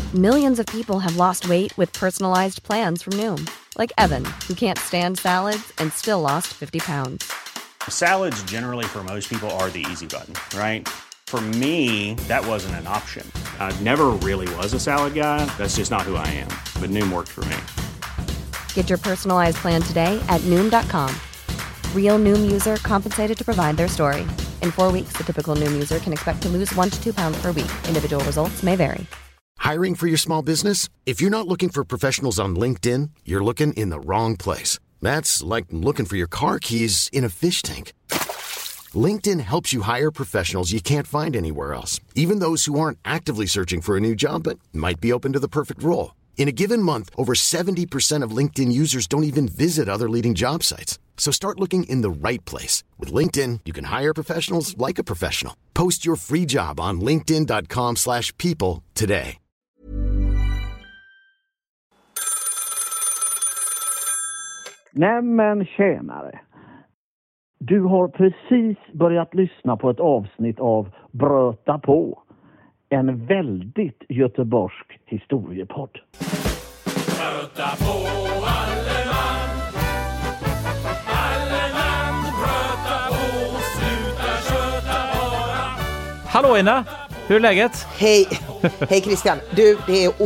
Millions of people have lost weight with personalized plans from Noom. Like Evan, who can't stand salads and still lost 50 pounds. Salads generally for most people are the easy button, right? For me, that wasn't an option. I never really was a salad guy. That's just not who I am. But Noom worked for me. Get your personalized plan today at Noom.com. Real Noom user compensated to provide their story. In 4 weeks, the typical Noom user can expect to lose 1 to 2 pounds per week. Individual results may vary. Hiring for your small business? If you're not looking for professionals on LinkedIn, you're looking in the wrong place. That's like looking for your car keys in a fish tank. LinkedIn helps you hire professionals you can't find anywhere else, even those who aren't actively searching for a new job but might be open to the perfect role. In a given month, over 70% of LinkedIn users don't even visit other leading job sites. So start looking in the right place. With LinkedIn, you can hire professionals like a professional. Post your free job on linkedin.com/people today. Nämen tjänare. Du har precis börjat lyssna på ett avsnitt av Bröta på. En väldigt göteborgsk historiepodd. Bröta på alle man, bröta på, sluta köta bara. Hallå Ina, hur är läget? Hej Christian. Du, det är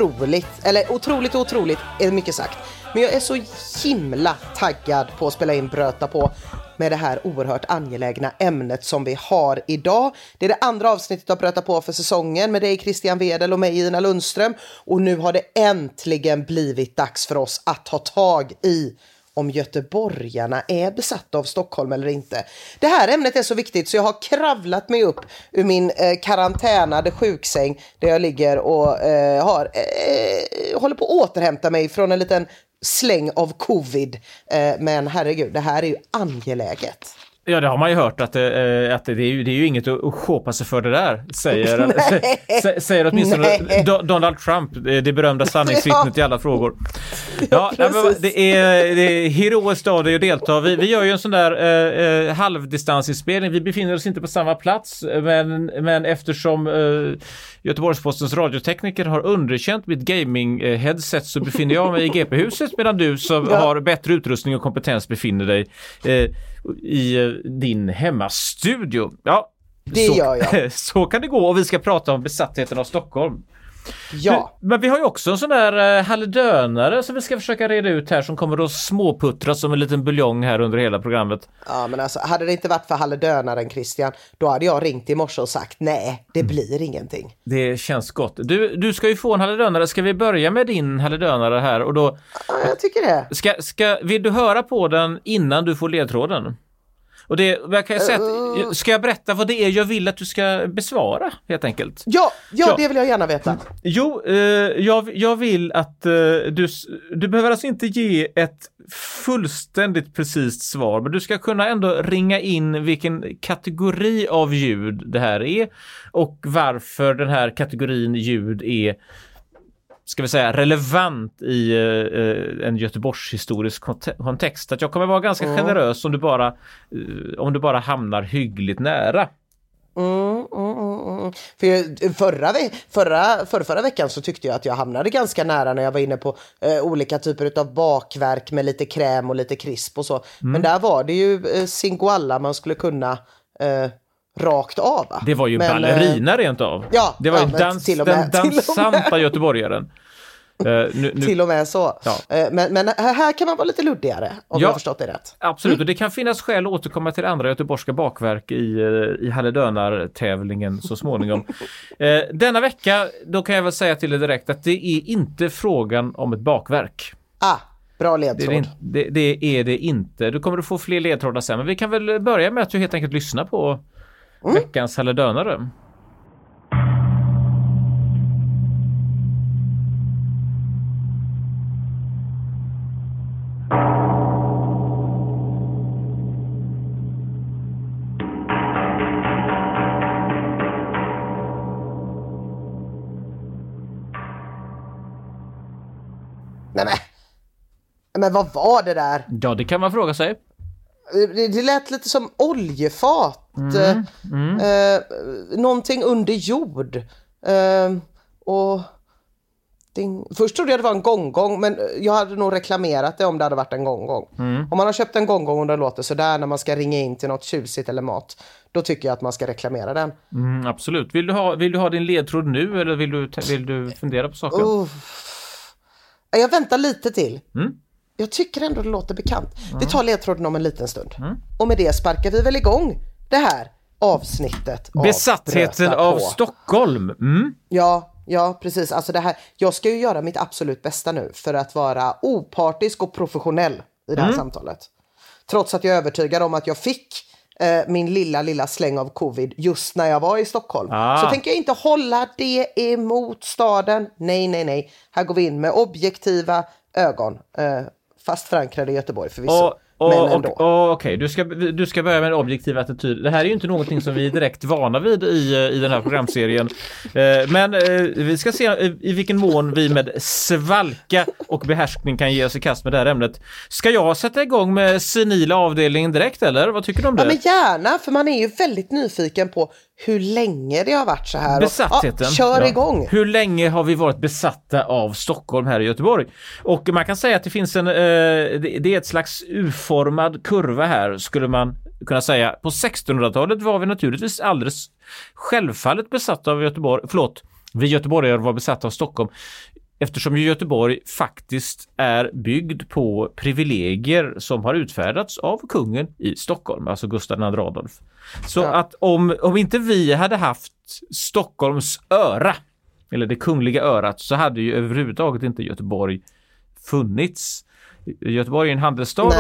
otroligt är mycket sagt. Men jag är så himla taggad på att spela in Bröta på med det här oerhört angelägna ämnet som vi har idag. Det är det andra avsnittet av Bröta på för säsongen med dig Christian Wedel och mig Ina Lundström. Och nu har det äntligen blivit dags för oss att ta tag i om göteborgarna är besatta av Stockholm eller inte. Det här ämnet är så viktigt så jag har kravlat mig upp ur min karantänade sjuksäng där jag ligger och håller på att återhämta mig från en liten släng av covid. Men herregud, det här är ju angeläget. Ja, det har man ju hört att det är ju inget att skåpa sig för det där, säger åtminstone Donald Trump, det berömda sanningsvittnet i alla frågor. Ja, det är heroiskt av dig att delta. Vi gör ju en sån där halvdistansinspelning. Vi befinner oss inte på samma plats, men eftersom Göteborgspostens radiotekniker har underkänt mitt gaming-headset så befinner jag mig i GP-huset medan du som har bättre utrustning och kompetens befinner dig i din hemmastudio. Ja, det gör jag. Så kan det gå och vi ska prata om besattheten av Stockholm. Ja. Men vi har ju också en sån där halledönare som vi ska försöka reda ut här som kommer att småputtra som en liten buljong här under hela programmet. Ja, men alltså, hade det inte varit för halledönaren Christian, då hade jag ringt i morse och sagt nej, det blir ingenting. Det känns gott. Du ska ju få en halledönare. Ska vi börja med din halledönare här? Och då, ja, jag tycker det. Vill du höra på den innan du får ledtråden? Och det, vad kan jag säga? Ska jag berätta vad det är jag vill att du ska besvara, helt enkelt? Ja, det vill jag gärna veta. Jo, jag vill att du behöver alltså inte ge ett fullständigt precis svar, men du ska kunna ändå ringa in vilken kategori av ljud det här är och varför den här kategorin ljud är, ska vi säga, relevant i en Göteborgshistorisk kontext. Att jag kommer vara ganska generös om du bara hamnar hyggligt nära. För förra veckan så tyckte jag att jag hamnade ganska nära när jag var inne på olika typer av bakverk med lite kräm och lite krisp och så. Men där var det ju singoalla man skulle kunna rakt av. Va? Det var ju ballerina rent av. Ja, det var ju den dansanta göteborgaren. Till och med så. Ja. Men här kan man vara lite luddigare om jag har förstått det rätt. Absolut, och det kan finnas skäl att återkomma till andra göteborgska bakverk i halledönar-tävlingen så småningom. Denna vecka, då kan jag väl säga till dig direkt att det är inte frågan om ett bakverk. Bra ledtråd. Det är det inte. Du kommer att få fler ledtrådar sen, men vi kan väl börja med att du helt enkelt lyssnar på veckans halledönare. Men vad var det där? Ja, det kan man fråga sig. Det lät lite som oljefat. Någonting under jord. Och Först trodde jag det var en gånggång, men jag hade nog reklamerat det om det hade varit en gånggång. Om man har köpt en gånggång och det låter sådär när man ska ringa in till något tjusigt eller mat, då tycker jag att man ska reklamera den. Absolut. Vill du ha din ledtråd nu eller vill du fundera på saker? Jag väntar lite till. Jag tycker ändå det låter bekant. Vi tar ledtråden om en liten stund. Och med det sparkar vi väl igång det här avsnittet. Besattheten av Stockholm. Ja, precis. Alltså det här, jag ska ju göra mitt absolut bästa nu för att vara opartisk och professionell i det här samtalet. Trots att jag är övertygad om att jag fick min lilla släng av covid just när jag var i Stockholm. Så tänker jag inte hålla det emot staden. Nej. Här går vi in med objektiva ögon. Fast förankrade i Göteborg förvisso. Okej, du ska börja med en objektiv attityd. Det här är ju inte någonting som vi är direkt vana vid i den här programserien. Men vi ska se i vilken mån vi med svalka och behärskning kan ge oss i kast med det här ämnet. Ska jag sätta igång med senila avdelningen direkt eller? Vad tycker du om det? Ja, men gärna, för man är ju väldigt nyfiken på hur länge det har varit så här. Besattheten. Kör igång. Hur länge har vi varit besatta av Stockholm här i Göteborg? Och man kan säga att det finns det är ett slags U-formad kurva här, skulle man kunna säga. På 1600-talet var vi naturligtvis alldeles självfallet besatta av Göteborg. Vi göteborgare var besatta av Stockholm. Eftersom Göteborg faktiskt är byggd på privilegier som har utfärdats av kungen i Stockholm, alltså Gustav II Adolf. Så att om inte vi hade haft Stockholms öra, eller det kungliga örat, så hade ju överhuvudtaget inte Göteborg funnits. Göteborg är en handelsstad och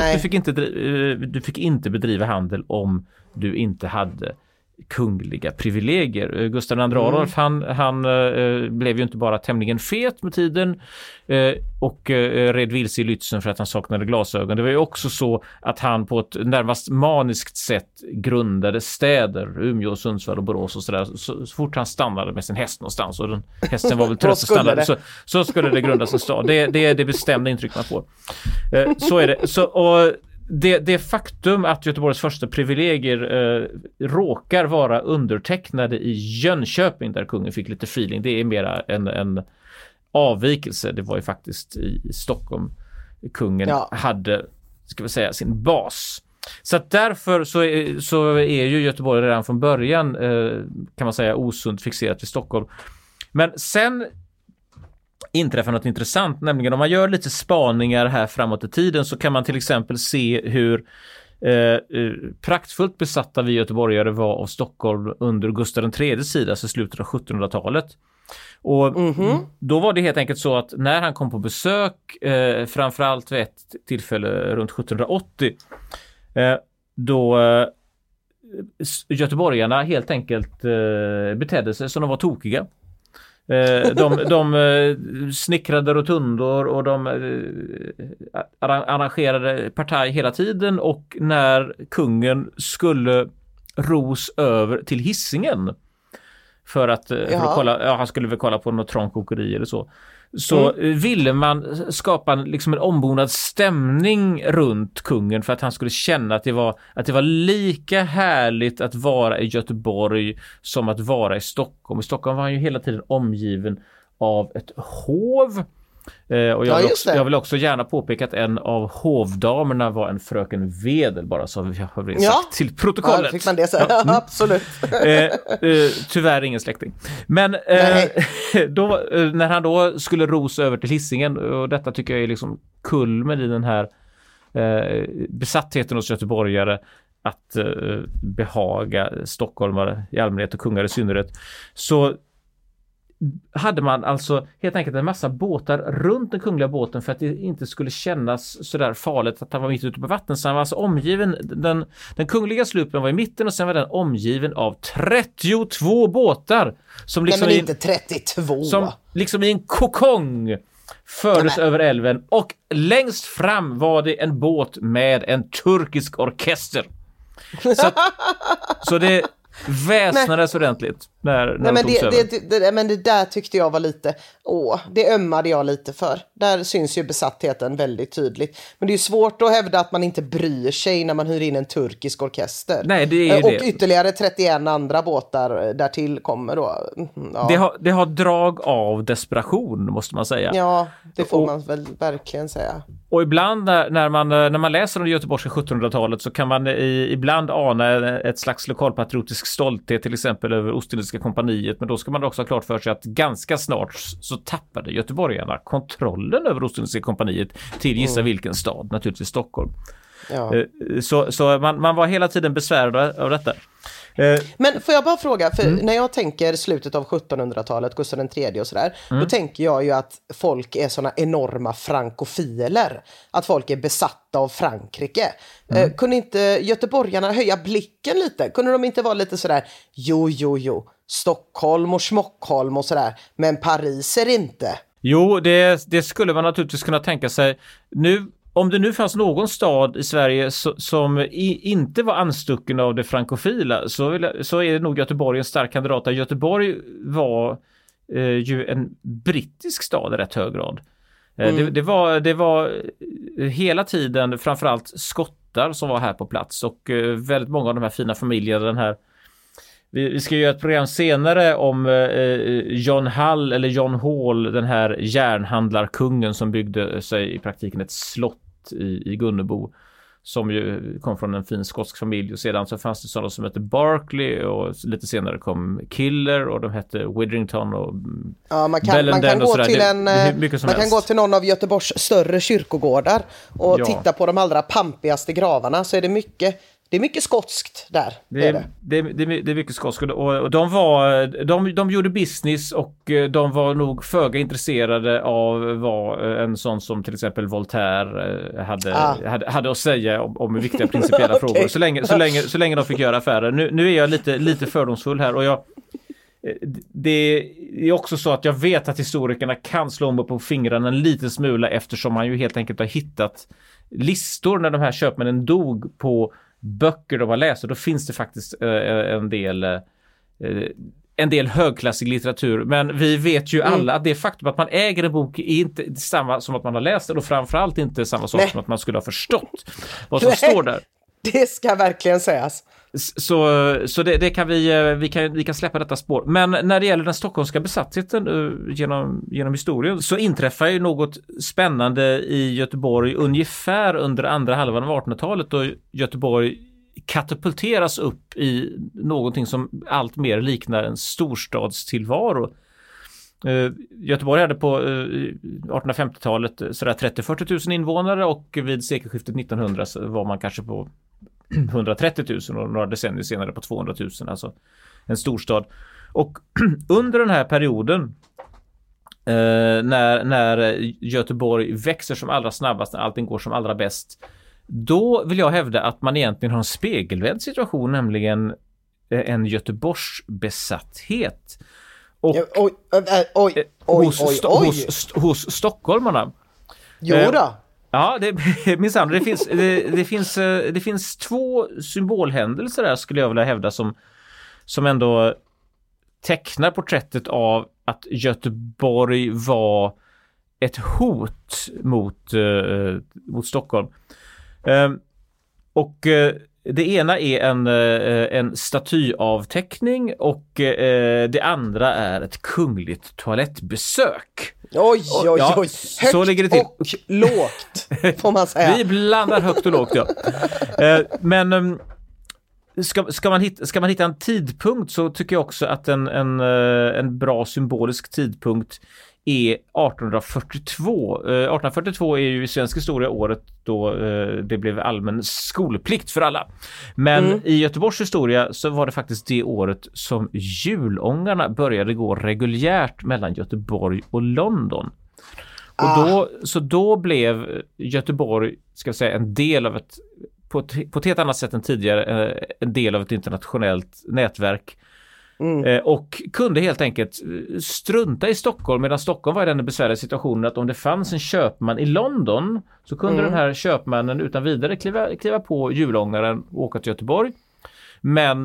du fick inte bedriva handel om du inte hade kungliga privilegier. Gustav II Adolf han blev ju inte bara tämligen fet med tiden och red vilse i Lützen för att han saknade glasögon. Det var ju också så att han på ett närmast maniskt sätt grundade städer, Umeå, Sundsvall och Borås och sådär. Så fort han stannade med sin häst någonstans, och den hästen var väl trött och stannade, så skulle det grundas en stad. Det är det bestämda intryck man får. Så är det. Och det faktum att Göteborgs första privilegier råkar vara undertecknade i Jönköping, där kungen fick lite feeling, det är mera en avvikelse. Det var ju faktiskt i Stockholm kungen hade, ska vi säga, sin bas. Så att därför så är ju Göteborg redan från början kan man säga osunt fixerat vid Stockholm. Men sen inträffar något intressant, nämligen om man gör lite spaningar här framåt i tiden, så kan man till exempel se hur praktfullt besatta vi göteborgare var av Stockholm under Gustav III:s sida, alltså slutet av 1700-talet. Och då var det helt enkelt så att när han kom på besök, framförallt vid ett tillfälle runt 1780, då göteborgarna helt enkelt betedde sig som de var tokiga. De snickrade rotundor och de arrangerade partaj hela tiden, och när kungen skulle ros över till Hisingen för att kolla, han skulle väl kolla på något trångkokeri eller så ville man skapa liksom en ombonad stämning runt kungen för att han skulle känna att det var lika härligt att vara i Göteborg som att vara i Stockholm. I Stockholm var han ju hela tiden omgiven av ett hov. Och jag vill också gärna påpeka att en av hovdamerna var en fröken Wedel, bara så vi har sagt till protokollet. Ja, fick man det så. Absolut. Tyvärr ingen släkting. Men då, när han då skulle rosa över till Hisingen, och detta tycker jag är liksom kulmen i den här besattheten hos göteborgare att behaga stockholmare i allmänhet och kungar i synnerhet, så hade man alltså helt enkelt en massa båtar runt den kungliga båten för att det inte skulle kännas så där farligt att han var mitt ute på vattnet. Så han var alltså omgiven, den kungliga slupen var i mitten och sen var den omgiven av 32 båtar som liksom inte 32. Som liksom i en kokong fördes över älven, och längst fram var det en båt med en turkisk orkester. Så det väsnades ordentligt. när Nej, men de togs över. men det där tyckte jag var lite, det ömmade jag lite för. Där syns ju besattheten väldigt tydligt. Men det är ju svårt att hävda att man inte bryr sig när man hyr in en turkisk orkester. Nej, det är ju och det. ytterligare 31 andra båtar där till kommer då. Ja. Det har drag av desperation, måste man säga. Ja, det får man väl verkligen säga. Och ibland när man läser om det göteborgska 1700-talet så kan man ibland ana ett slags lokalpatriotisk stolthet, till exempel över Ostindiska kompaniet, men då ska man också ha klart för sig att ganska snart så tappade göteborgarna kontrollen över Ostindiska kompaniet till gissa vilken stad, naturligtvis Stockholm. Ja. Så man var hela tiden besvärad av detta. Men får jag bara fråga, för när jag tänker slutet av 1700-talet, Gustav III och sådär, då tänker jag ju att folk är såna enorma frankofiler. Att folk är besatta av Frankrike. Kunde inte göteborgarna höja blicken lite? Kunde de inte vara lite sådär, jo, Stockholm och Smockholm och sådär, men Paris är det inte? Jo, det skulle man naturligtvis kunna tänka sig. Om det nu fanns någon stad i Sverige som inte var anstucken av det frankofila så är det nog Göteborg en stark kandidat. Där Göteborg var ju en brittisk stad i rätt hög grad. Det var hela tiden framförallt skottar som var här på plats och väldigt många av de här fina familjerna. Vi ska göra ett program senare om John Hall, den här järnhandlarkungen som byggde sig i praktiken ett slott i Gunnebo som ju kom från en fin skotsk familj, och sedan så fanns det sådana som hette Barkley och lite senare kom Killer och de hette Widdrington och man kan gå till någon av Göteborgs större kyrkogårdar och titta på de allra pampigaste gravarna, så är det mycket skotskt där. Det är mycket skotskt, och de gjorde business och de var nog föga intresserade av vad en sån som till exempel Voltaire hade att säga om viktiga principiella okay. frågor så länge de fick göra affärer. Nu är jag lite fördomsfull här, och det är också så att jag vet att historikerna kan slå mig på fingrarna en liten smula, eftersom man ju helt enkelt har hittat listor när de här köpmännen dog på böcker de har läst, och då finns det faktiskt en del högklassig litteratur, men vi vet ju alla att det faktum att man äger en bok är inte samma som att man har läst den, och framförallt inte samma sak som att man skulle ha förstått vad som står där. Det ska verkligen sägas. Så det kan vi kan släppa detta spår. Men när det gäller den stockholmska besattheten genom historien så inträffar ju något spännande i Göteborg ungefär under andra halvan av 1800-talet, då Göteborg katapulteras upp i någonting som allt mer liknar en storstadstillvaro. Göteborg hade på 1850-talet sådär 30-40 000 invånare, och vid sekelskiftet 1900 var man kanske på 130 000 och några decennier senare på 200 000, alltså en storstad. Och under den här perioden när Göteborg växer som allra snabbast, när allting går som allra bäst, då vill jag hävda att man egentligen har en spegelvänd situation, nämligen en Göteborgs besatthet. Och hos stockholmarna. Jo då. Ja, minsann. Det finns två symbolhändelser där, skulle jag vilja hävda, som ändå tecknar porträttet av att Göteborg var ett hot mot Stockholm. Och det ena är en statyavteckning, och det andra är ett kungligt toalettbesök. Oj. Högt så ligger det till. Och lågt, får man säga. Vi blandar högt och lågt, ja. Men ska man hitta en tidpunkt, så tycker jag också att en bra symbolisk tidpunkt är 1842. 1842 är ju i svensk historia året då det blev allmän skolplikt för alla. Men i Göteborgs historia så var det faktiskt det året som julångarna började gå reguljärt mellan Göteborg och London. Och då blev Göteborg, ska jag säga, en del av på ett helt annat sätt än tidigare, en del av ett internationellt nätverk. Och kunde helt enkelt strunta i Stockholm, medan Stockholm var i den besvärliga situationen att om det fanns en köpman i London så kunde den här köpmannen utan vidare kliva på julångaren och åka till Göteborg. Men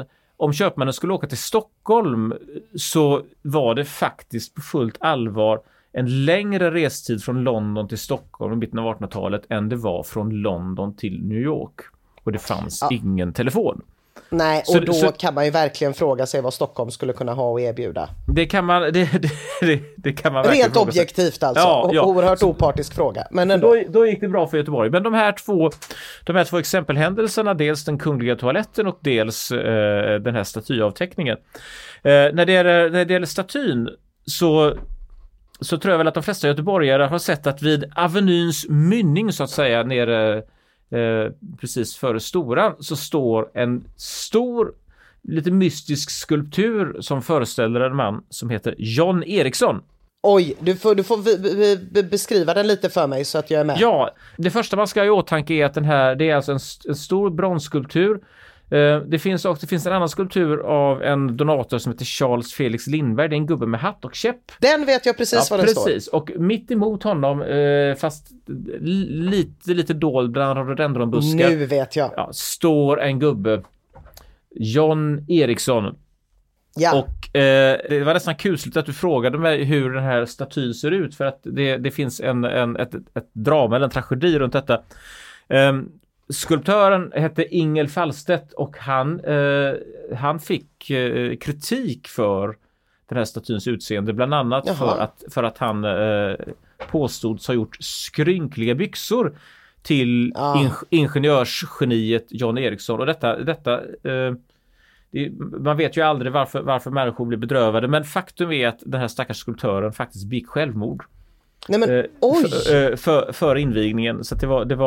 om köpmannen skulle åka till Stockholm så var det faktiskt på fullt allvar en längre restid från London till Stockholm i mitten av 1800-talet än det var från London till New York. Och det fanns ingen telefon. Nej, och då kan man ju verkligen fråga sig vad Stockholm skulle kunna ha att erbjuda. Det kan man verkligen rent objektivt alltså. Ja. Oerhört opartisk fråga. Men ändå. Då gick det bra för Göteborg. Men de här två exempelhändelserna, dels den kungliga toaletten och dels den här statyavteckningen. När det gäller statyn så tror jag väl att de flesta göteborgare har sett att vid Avenyns mynning så att säga nere precis före Storan så står en stor lite mystisk skulptur som föreställer en man som heter John Eriksson. Oj, du får beskriva den lite för mig så att jag är med. Ja, det första man ska ha i åtanke är att det är alltså en stor bronsskulptur. Det finns en annan skulptur av en donator som heter Charles Felix Lindberg. Det är en gubbe med hatt och käpp. Den vet jag precis vad den precis. står. Och mitt emot honom, fast lite dold bland rhododendronbuskar. Nu vet jag. Ja, står en gubbe, John Eriksson. Ja. Och det var nästan kusligt att du frågade mig hur den här statyn ser ut. För att det finns ett drama eller en tragedi runt detta. Skulptören hette Ingel Fallstedt och han fick kritik för den här statyns utseende, bland annat för att han påstods ha gjort skrynkliga byxor till ingenjörsgeniet John Eriksson. Och detta man vet ju aldrig varför människor blir bedrövade, men faktum är att den här stackars skulptören faktiskt begick självmord. Nej men, för invigningen, så att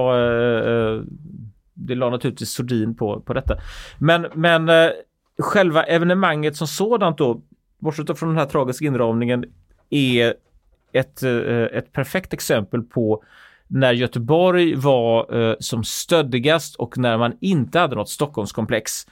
det la naturligtvis sordin på detta. Men själva evenemanget som sådant då, bortsett från den här tragiska inramningen, är ett perfekt exempel på när Göteborg var som stöddigast och när man inte hade något Stockholmskomplex.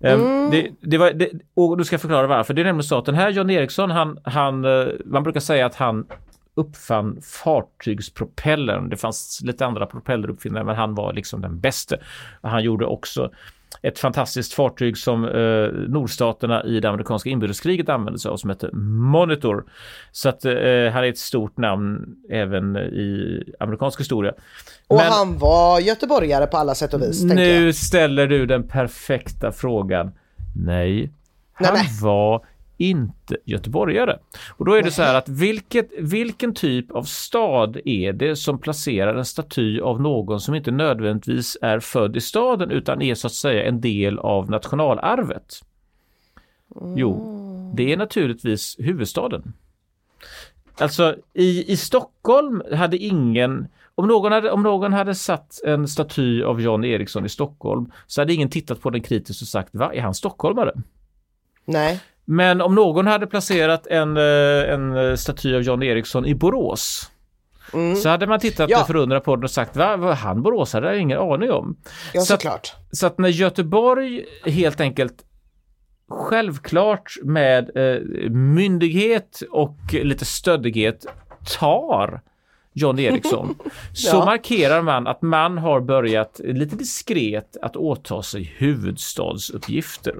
Och du ska förklara varför. Det är nämligen så att den här John Eriksson, man brukar säga att han uppfann fartygspropellern. Det fanns lite andra propelleruppfinnare, men han var liksom den bästa. Han gjorde också ett fantastiskt fartyg som nordstaterna i det amerikanska inbördeskriget använde sig av, som heter Monitor. Så att han är ett stort namn även i amerikansk historia. Och han var göteborgare på alla sätt och vis. Nu ställer du den perfekta frågan. Nej, han var inte göteborgare. Och då är det så här att vilken typ av stad är det som placerar en staty av någon som inte nödvändigtvis är född i staden utan är så att säga en del av nationalarvet? Jo, det är naturligtvis huvudstaden. Alltså i Stockholm hade ingen, om någon hade satt en staty av John Eriksson i Stockholm så hade ingen tittat på den kritiskt och sagt, va, är han stockholmare? Nej. Men om någon hade placerat en staty av John Eriksson i Borås så hade man tittat förundrat på den och sagt, vad han Borås hade jag ingen aning om. Ja, såklart. Så att när Göteborg helt enkelt självklart med myndighet och lite stöddighet tar John Eriksson så markerar man att man har börjat lite diskret att åta sig huvudstadsuppgifter.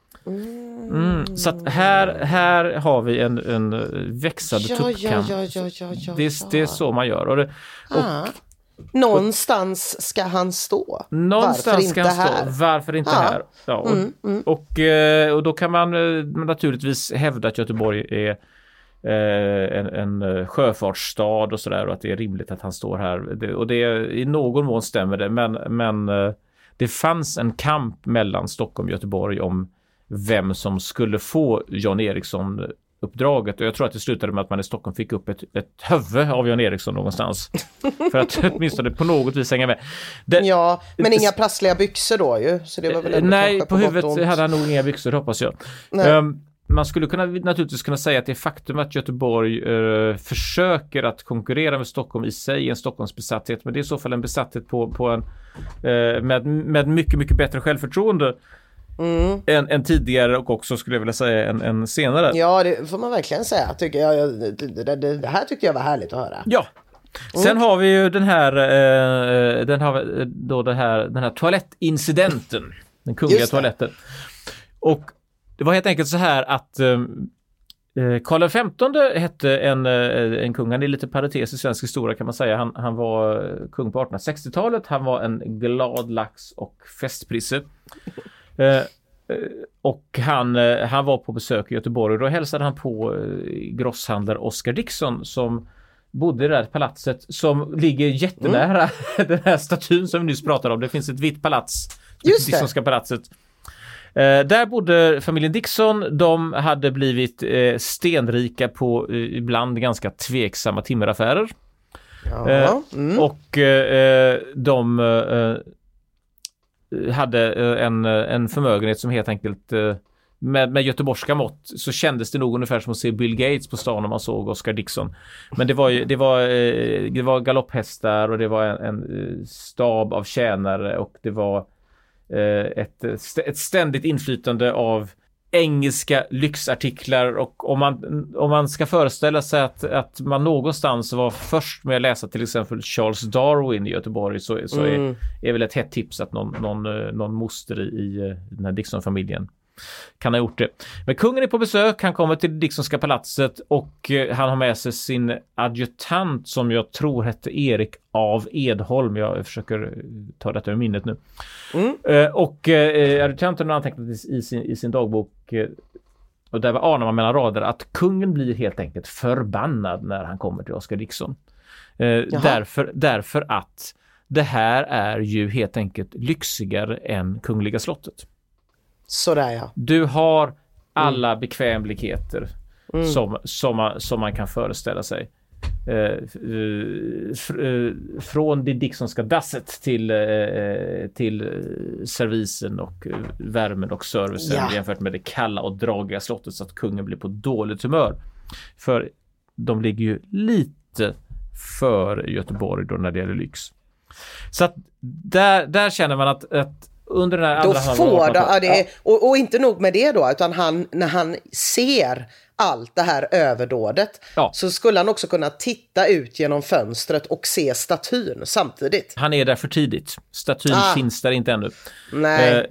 Så att här har vi en växande tuppkamp. Det är så man gör. Någonstans ska han stå. Varför inte här? Ja, och då kan man naturligtvis hävda att Göteborg är en sjöfartsstad och sådär, och att det är rimligt att han står här. Och det i någon mån stämmer det, men det fanns en kamp mellan Stockholm och Göteborg om vem som skulle få John Eriksson uppdraget, och jag tror att det slutade med att man i Stockholm fick upp ett huvud av John Eriksson någonstans för att åtminstone på något vis hänga med. Men inga prassliga byxor då ju, så det var väl nej, på huvudet hade han nog inga byxor, hoppas jag. Man skulle naturligtvis kunna säga att det är faktum att Göteborg försöker att konkurrera med Stockholm i sig, en Stockholmsbesatthet, men det är i så fall en besatthet på en med mycket, mycket bättre självförtroende än tidigare, och också skulle jag vilja säga en senare. Ja, det får man verkligen säga. Det här tyckte jag var härligt att höra. Ja. Sen har vi ju den här toalettincidenten, den kungliga toaletten. Och Det var helt enkelt så här att Karl XV hette en kung. Han är lite parentes i svensk historia kan man säga. Han var kung på 1860-talet. Han var en glad lax och festprisse. Och han var på besök i Göteborg och då hälsade han på grosshandlare Oscar Dickson som bodde i det här palatset som ligger jättenära den här statyn som vi nyss pratade om. Det finns ett vitt palats, Dicksonska palatset. Där bodde familjen Dickson. De hade blivit stenrika på ibland ganska tveksamma timmeraffärer. Och de hade en förmögenhet som helt enkelt med göteborgska mått så kändes det nog ungefär som att se Bill Gates på stan om man såg Oscar Dickson. Men det var galopphästar och det var en stab av tjänare och det var ett ständigt inflytande av engelska lyxartiklar och om man ska föreställa sig att man någonstans var först med att läsa till exempel Charles Darwin i Göteborg så är väl ett hett tips att någon moster i den här Dickson-familjen kan ha gjort det. Men kungen är på besök, han kommer till Dicksonska palatset och han har med sig sin adjutant som jag tror hette Erik av Edholm. Jag försöker ta detta ur minnet nu. Och adjutanten har antecknat i sin dagbok och där anar man mellan rader att kungen blir helt enkelt förbannad när han kommer till Oscar Dickson. Därför att det här är ju helt enkelt lyxigare än Kungliga slottet. Sådär ja. Du har alla bekvämligheter som man kan föreställa sig. Från det Dicksonska dasset till servisen och värmen och servicen jämfört med det kalla och dragiga slottet så att kungen blir på dåligt humör. För de ligger ju lite för Göteborg då när det gäller lyx. Så att där känner man att under den här andra och inte nog med det då utan när han ser allt det här överdådet så skulle han också kunna titta ut genom fönstret och se statyn samtidigt. Han är där för tidigt. Statyn finns där inte ännu. Nej,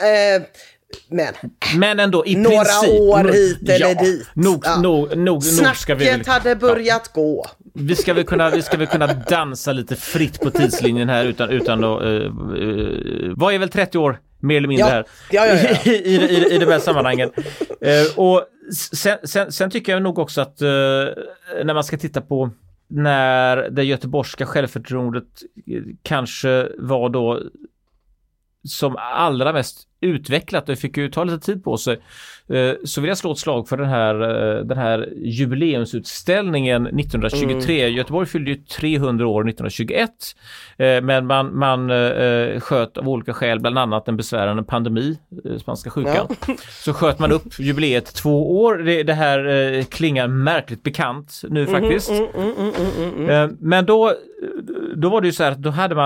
men ändå i några princip, år hit eller dit. Nog ska vi väl, hade börjat gå. Vi ska väl kunna dansa lite fritt på tidslinjen här utan att vad är väl 30 år mer eller mindre här i de här sammanhangen. Och sen tycker jag nog också att när man ska titta på när det göteborgska självförtroendet kanske var då som allra mest utvecklat och fick ju ta lite tid på sig så vill jag slå ett slag för den här jubileumsutställningen 1923. Göteborg fyllde ju 300 år 1921 men man sköt av olika skäl bland annat en besvärande pandemi, spanska sjukan. Så sköt man upp jubileet 2 år. Det här klingar märkligt bekant nu faktiskt. Men då var det ju så här att då hade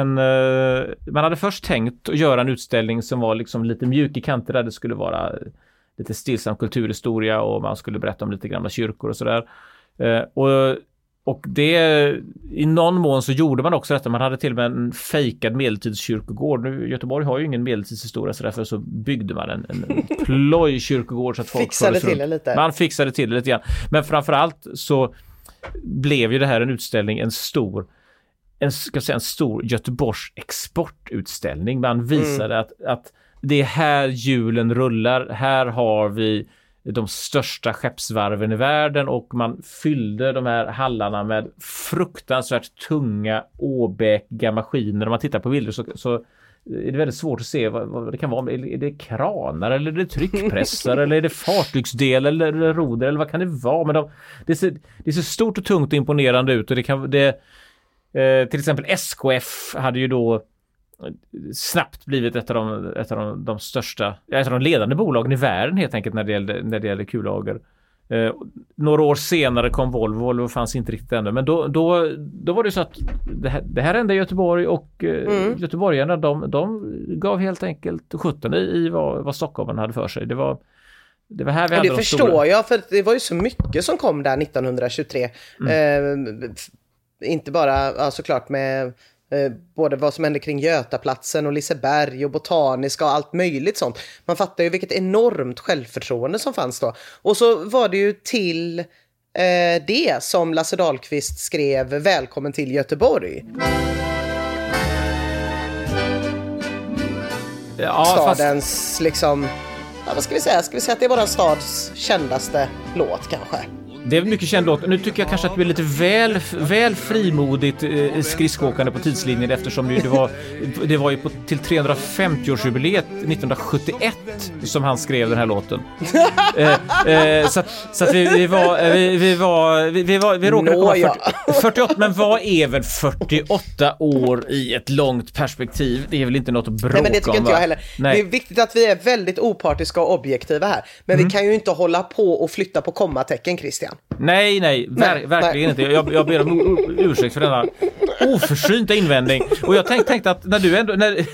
man hade först tänkt att göra en utställning som var liksom lite mjuk i kanter där det skulle vara lite stillsam kulturhistoria och man skulle berätta om lite gamla kyrkor och sådär. Och det i någon mån så gjorde man också detta. Man hade till och med en fejkad medeltidskyrkogård. Nu Göteborg har ju ingen medeltidshistoria så därför så byggde man en plojkyrkogård så att folk fixade till det lite. Man fixade till det lite grann. Men framförallt så blev ju det här en utställning, en stor Göteborgs exportutställning. Man visade att det är här hjulen rullar. Här har vi de största skeppsvarven i världen och man fyllde de här hallarna med fruktansvärt tunga åbäkiga maskiner. När man tittar på bilder så är det väldigt svårt att se vad det kan vara. Är det kranar eller är det tryckpressar eller är det fartygsdel eller roder eller vad kan det vara? Men det ser stort och tungt och imponerande ut och till exempel SKF hade ju då snabbt blivit ett av de största, ett av de ledande bolagen i världen helt enkelt när det gäller kullager. Några år senare kom Volvo fanns inte riktigt ännu, men då var det så att det här hände i Göteborg och göteborgarna de gav helt enkelt 17 i vad Stockholm hade för sig. Det var här vi hade det förstår jag, för det var ju så mycket som kom där 1923. Inte bara såklart med Både vad som hände kring Götaplatsen och Liseberg och Botaniska och allt möjligt sånt. Man fattar ju vilket enormt självförtroende som fanns då. Och så var det ju till det som Lasse Dahlqvist skrev Välkommen till Göteborg. Ja, stadens liksom, ja, vad ska vi säga? Ska vi säga att det är våran stads kändaste låt kanske? Det är mycket känd låt. Nu tycker jag kanske att det är lite väl frimodigt skridskåkande på tidslinjen, eftersom det var ju till 350-årsjubileet 1971 som han skrev den här låten. Så att vi råkade komma 48, men vad är väl 48 år i ett långt perspektiv? Det är väl inte något att bråka om. Nej, men det tycker inte jag heller. Nej. Det är viktigt att vi är väldigt opartiska och objektiva här. Men vi kan ju inte hålla på och flytta på kommatecken, Christian. Nej, verkligen inte. Jag ber om ursäkt för denna oförsynta invändning. Och jag tänkte att när du ändå...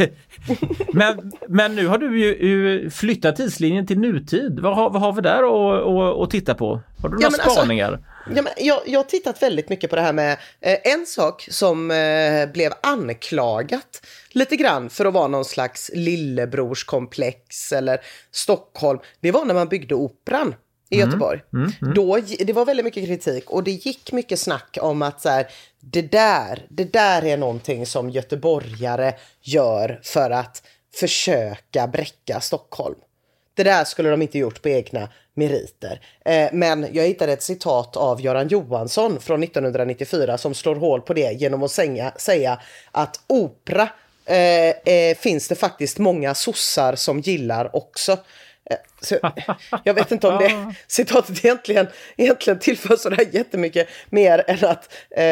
Men nu har du ju flyttat tidslinjen till nutid. Vad har vi där att titta på? Har du några spaningar? Jag har tittat väldigt mycket på det här med en sak som blev anklagat lite grann för att vara någon slags lillebrorskomplex eller Stockholm. Det var när man byggde operan i Göteborg. Då, det var väldigt mycket kritik och det gick mycket snack om att så här, det där är någonting som göteborgare gör för att försöka bräcka Stockholm. Det där skulle de inte gjort på egna meriter. Men jag hittade ett citat av Göran Johansson från 1994 som slår hål på det genom att säga att opera finns det faktiskt många sossar som gillar också. Så, jag vet inte om det citatet egentligen tillför så där jättemycket mer än att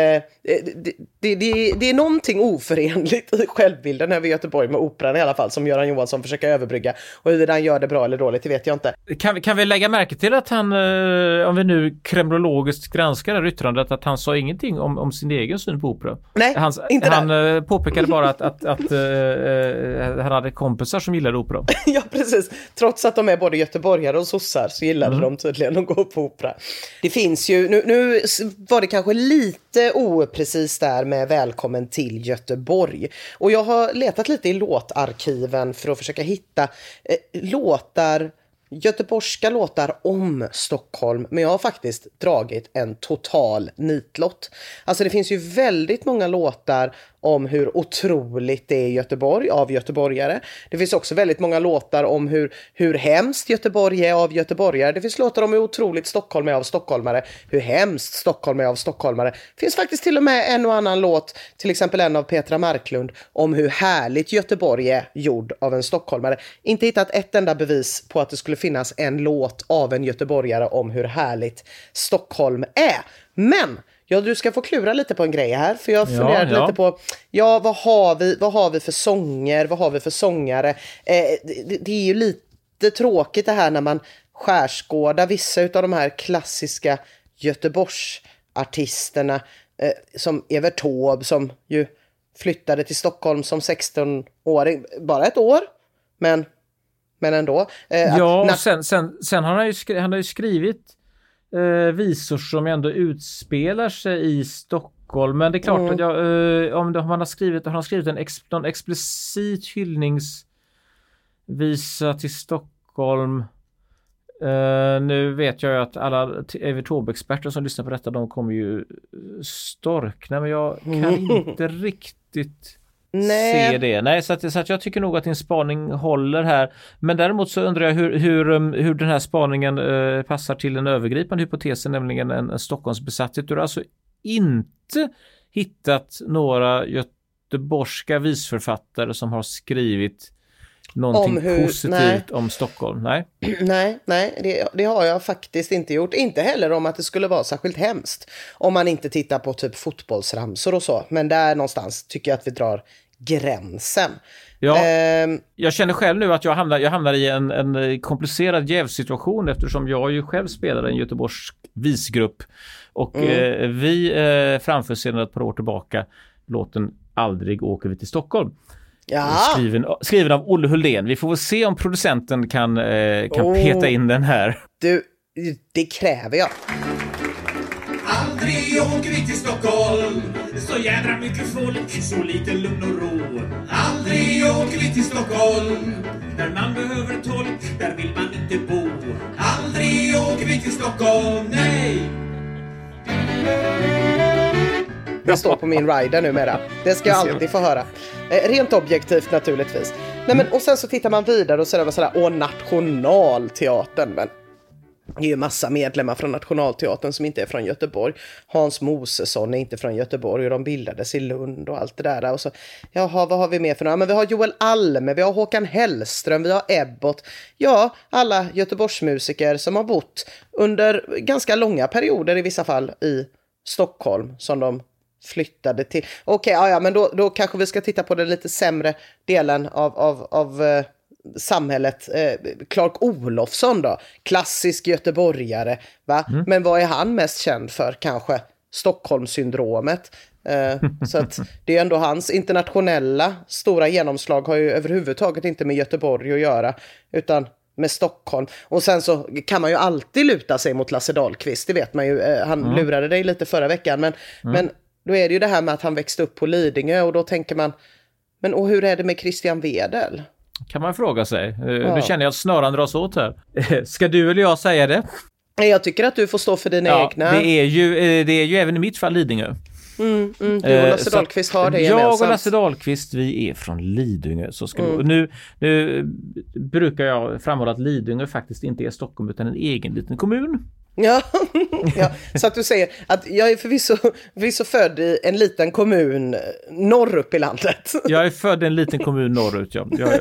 det är någonting oförenligt i självbilden över Göteborg med operan i alla fall, som Göran Johansson försöker överbrygga, och hur han gör det bra eller dåligt, det vet jag inte. Kan vi lägga märke till att han, om vi nu kremlologiskt granskar det här yttrandet, att han sa ingenting om sin egen syn på opera? Nej, inte han påpekade bara att han hade kompisar som gillade opera. Ja, precis. Trots att de är både göteborgare och sossar så gillade de tydligen att gå på opera. Det finns ju, nu var det kanske lite oprecis där med Välkommen till Göteborg. Och jag har letat lite i låtarkiven för att försöka hitta göteborgska låtar om Stockholm, men jag har faktiskt dragit en total nitlott. Alltså det finns ju väldigt många låtar om hur otroligt det är i Göteborg av göteborgare. Det finns också väldigt många låtar om hur hemskt Göteborg är av göteborgare. Det finns låtar om hur otroligt Stockholm är av stockholmare, hur hemskt Stockholm är av stockholmare. Det finns faktiskt till och med en och annan låt, till exempel en av Petra Marklund, om hur härligt Göteborg är gjord av en stockholmare. Inte hittat ett enda bevis på att det skulle finnas en låt av en göteborgare om hur härligt Stockholm är. Men du ska få klura lite på en grej här, för jag funderade lite på vad har vi för sånger, vad har vi för sångare. Det är ju lite tråkigt det här när man skärskådar vissa av de här klassiska Göteborgsartisterna, som Evert Taube, som ju flyttade till Stockholm som 16-åring, bara ett år, men ändå. Sen har han ju skrivit visor som ändå utspelar sig i Stockholm, men det är klart att om han har skrivit någon explicit hyllningsvisa till Stockholm. Nu vet jag ju att alla Evert Taube-experter som lyssnar på detta, de kommer ju storkna, men jag kan inte riktigt se det. Nej, så att jag tycker nog att din spaning håller här. Men däremot så undrar jag hur den här spaningen passar till en övergripande hypotesen, nämligen en Stockholmsbesatthet. Du har alltså inte hittat några göteborgska visförfattare som har skrivit någonting positivt om Stockholm? Nej. Nej, det har jag faktiskt inte gjort. Inte heller om att det skulle vara särskilt hemskt. Om man inte tittar på typ fotbollsramsor och så. Men där någonstans tycker jag att vi drar gränsen. Ja, jag känner själv nu att jag hamnar i en komplicerad jävsituation, eftersom jag ju själv spelar en Göteborgsk visgrupp. Och vi framför sedan ett par år tillbaka låten Aldrig åker vi till Stockholm. Ja. Skriven av Olle Huldén. Vi får väl se om producenten kan peta in den här. Du, det kräver jag. Aldrig Aldrig åker vi till Stockholm. Så jädra mycket folk, så lite lugn och ro. Aldrig åker vi till Stockholm. Där man behöver tolk, där vill man inte bo. Aldrig åker vi till Stockholm, nej. Det står på min rider numera. Det ska jag alltid få höra. Rent objektivt naturligtvis. Nej, men, och sen så tittar man vidare och så är det sådär, Nationalteatern. Men det är ju massa medlemmar från Nationalteatern som inte är från Göteborg. Hans Mosesson är inte från Göteborg och de bildades i Lund och allt det där. Och så, jaha, vad har vi mer för några? Men vi har Joel Alme, vi har Håkan Hellström, vi har Ebbot. Ja, alla Göteborgsmusiker som har bott under ganska långa perioder i vissa fall i Stockholm som de flyttade till. Okej, ja, men då kanske vi ska titta på den lite sämre delen av samhället. Clark Olofsson då, klassisk göteborgare, va? Men vad är han mest känd för? Kanske Stockholmssyndromet. Så att det är ändå hans internationella stora genomslag har ju överhuvudtaget inte med Göteborg att göra, utan med Stockholm. Och sen så kan man ju alltid luta sig mot Lasse Dahlqvist, det vet man ju. Han lurade dig lite förra veckan, men då är det ju det här med att han växte upp på Lidingö, och då tänker man, men och hur är det med Christian Wedel? Kan man fråga sig. Nu känner jag att snöran dras åt här. Ska du eller jag säga det? Jag tycker att du får stå för dina egna. Det är ju även i mitt fall Lidingö. Du och Lasse Dahlqvist har det gemensamt. Jag och Lasse Dahlqvist, vi är från Lidingö. Så ska nu brukar jag framhålla att Lidingö faktiskt inte är Stockholm utan en egen liten kommun. Ja, så att du säger att jag är förvisso född i en liten kommun norr upp i landet. Jag är född i en liten kommun norrut, ja. Jag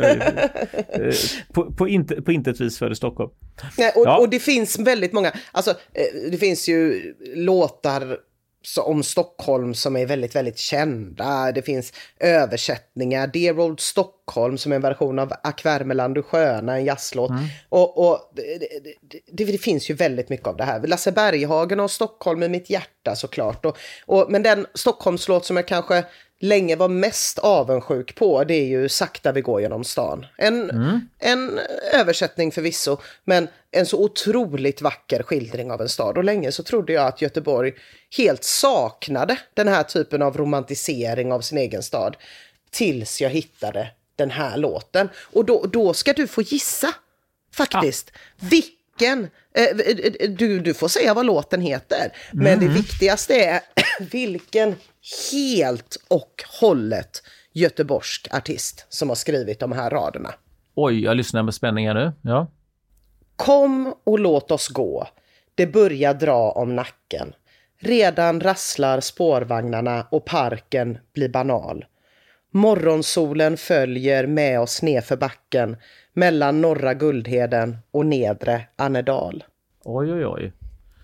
är på intet vis född i Stockholm. Nej, och det finns väldigt många, alltså det finns ju låtar om Stockholm som är väldigt, väldigt kända. Det finns översättningar. Dear Old Stockholm som är en version av Ack Värmeland du sköna, en jazzlåt. Och det finns ju väldigt mycket av det här. Lasse Berghagen och Stockholm i mitt hjärta såklart. Men den Stockholmslåt som jag kanske länge var mest avundsjuk på, det är ju Sakta vi går genom stan. En översättning förvisso, men en så otroligt vacker skildring av en stad. Och länge så trodde jag att Göteborg helt saknade den här typen av romantisering av sin egen stad. Tills jag hittade den här låten. Och då ska du få gissa, faktiskt. Vilken... Du får säga vad låten heter. Men det viktigaste är vilken helt och hållet göteborgsk artist som har skrivit de här raderna. Oj, jag lyssnar med spänning här nu. Ja. Kom och låt oss gå. Det börjar dra om nacken. Redan rasslar spårvagnarna och parken blir banal. Morgonsolen följer med oss ner för backen mellan norra Guldheden och nedre Annedal. Oj.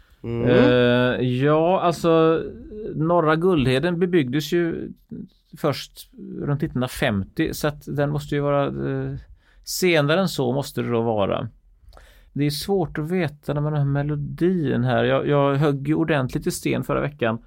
Ja, alltså norra Guldheden bebyggdes ju först runt 1950, så att den måste ju vara senare än så måste det då vara. Det är svårt att veta när man har melodin här. Jag högg ju ordentligt i sten förra veckan.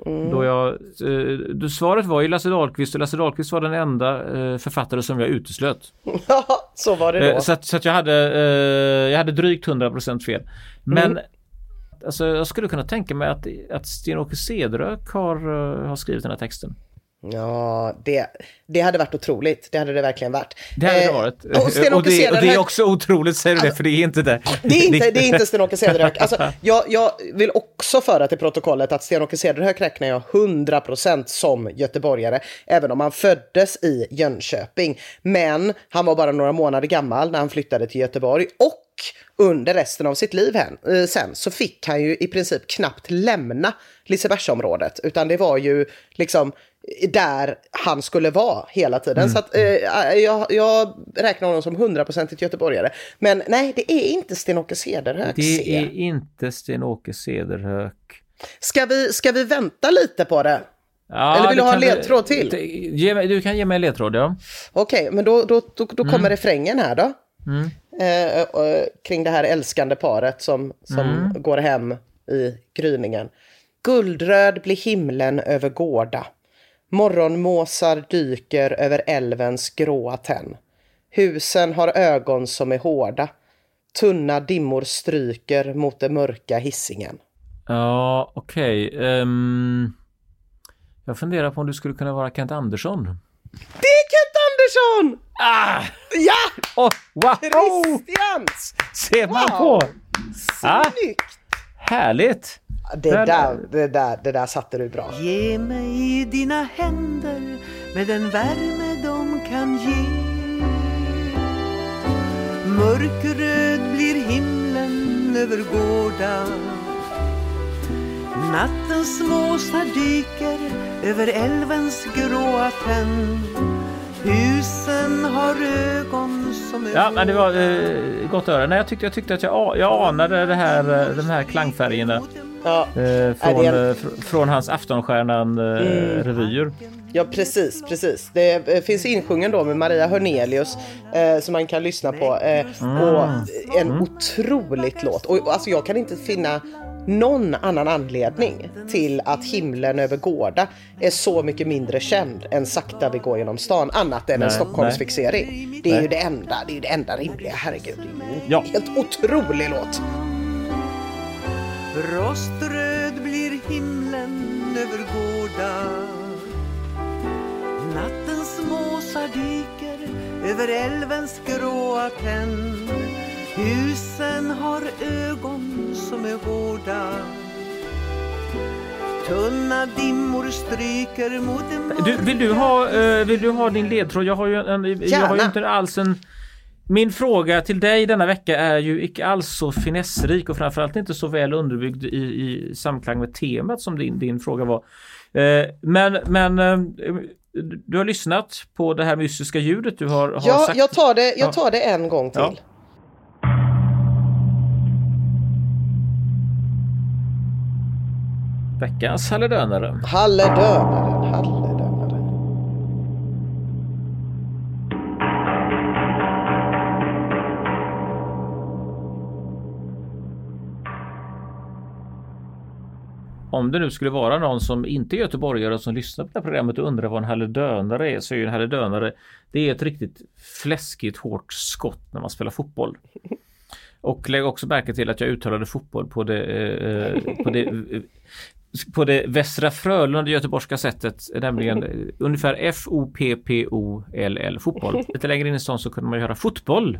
Då svaret var ju Lasse Dahlqvist, och Lasse Dahlqvist var den enda författare som jag uteslöt. Ja, så var det då. Så att jag hade drygt 100% fel. Men alltså, jag skulle kunna tänka mig att Sten-Åke Cederhök har skrivit den här texten. Ja, det hade varit otroligt. Det hade det verkligen varit. Det hade det varit. Och det är också otroligt, säger du det, för det är inte det. Det är inte Sten-Åke Cederhök. Alltså, jag vill också föra till protokollet att Sten-Åke Cederhök räknar jag 100% som göteborgare, även om han föddes i Jönköping. Men han var bara några månader gammal när han flyttade till Göteborg, och under resten av sitt liv sen så fick han ju i princip knappt lämna Lisebergsområdet, utan det var ju liksom där han skulle vara hela tiden. Så att jag räknar honom som 100% göteborgare. Men nej, det är inte Sten-Åke Cederhök. Det är inte Sten-Åke Cederhök. Ska vi vänta lite på det? Ja, eller vill du ha en ledtråd till? Du kan ge mig en ledtråd, ja. Okej, men då kommer refrängen här då. Kring det här älskande paret som går hem i gryningen. Guldröd blir himlen över gårda. Morgonmåsar dyker över älvens gråa tenn. Husen har ögon som är hårda. Tunna dimmor stryker mot det mörka Hisingen. Ja, okej. Jag funderar på om du skulle kunna vara Kent Andersson. Det är Kent Andersson! Ah! Ja! Oh, wow! Christians! Ser man på? Snyggt! Härligt! Det där satte du bra. Ge mig dina händer med den värme de kan ge. Mörkröd blir himlen över gården. Nattens småsar dyker över älvens gråa tenn. Husen har ögon som är... Ja, men det var gott öra. Nej, jag tyckte att jag anade de här klangfärgerna från hans Aftonstjärnan-revyer. Ja, precis. Det finns insjungen då med Maria Hörnelius som man kan lyssna på. Och en otroligt låt. Och alltså jag kan inte finna någon annan anledning till att himlen över Gårda är så mycket mindre känd än Sakta vi går genom stan, annat än en Stockholmsfixering. Det är ju det enda rimliga, herregud. Det är ju en helt otrolig låt. Roströd blir himlen över Gårda. Nattens måsar dyker över älvens gråa tenn. Husen har ögon som är hårda. Tunna dimmor stryker mot en... Vill du ha din ledtråd? Jag har ju inte alls en... Min fråga till dig denna vecka är ju icke alls så finessrik och framförallt inte så väl underbyggd i samklang med temat som din fråga var. Men du har lyssnat på det här mystiska ljudet du har sagt. Jag tar det en gång till. Ja. Veckans halledönare. Halledönare. Om det nu skulle vara någon som inte är göteborgare och som lyssnar på det här programmet och undrar vad en halledönare är, så är ju en halledönare, det är ett riktigt fläskigt hårt skott när man spelar fotboll. Och lägg också märke till att jag uttalade fotboll på det Västra Frölunda göteborgska sättet, nämligen ungefär FOPPOLL, fotboll. Lite längre in i stan så kunde man ju höra fotboll.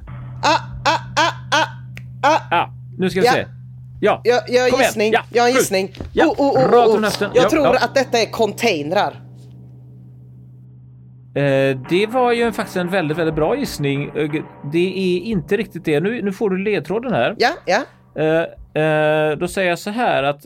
Nu ska vi se. Ja, jag har gissning. Ja, jag har en gissning. Ja, Jag tror att detta är containrar. Det var ju faktiskt en väldigt, väldigt bra gissning. Det är inte riktigt det. Nu får du ledtråden här. Ja. Då säger jag så här att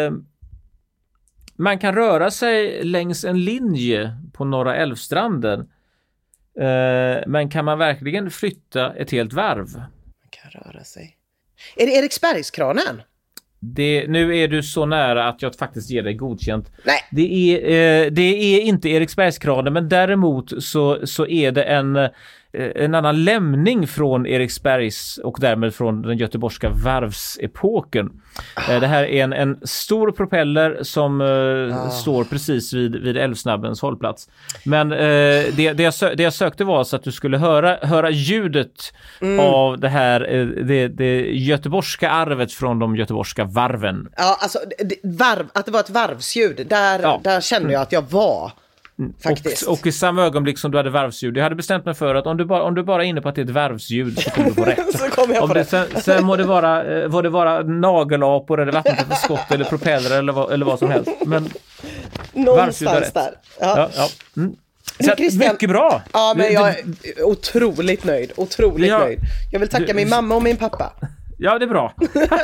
man kan röra sig längs en linje på Norra Älvstranden. Men kan man verkligen flytta ett helt varv? Man kan röra sig. Är det Eriksbergskranen? Nu är du så nära att jag faktiskt ger dig godkänt. Nej. Det är inte Eriksbergskranen, men däremot så är det en annan lämning från Eriksbergs och därmed från den göteborgska varvsepoken. Det här är en stor propeller som står precis vid Älvsnabbens hållplats. Men det jag sökte var så att du skulle höra ljudet av det här det göteborgska arvet från de göteborgska varven. Ja, alltså att det var ett varvsljud. Där kände jag att jag var. Faktiskt. Och i samma ögonblick som du hade varvsljud, jag hade bestämt mig för att om du bara är inne på att det är ett varvsljud så kommer du få rätt. Så kommer jag på det. Sen må det vara nagelapor eller vattenskott eller propeller eller vad som helst. Men någonstans där. Ja. Så mycket bra. Ja, men jag är otroligt nöjd. Nöjd. Jag vill tacka min mamma och min pappa. Ja, det är bra.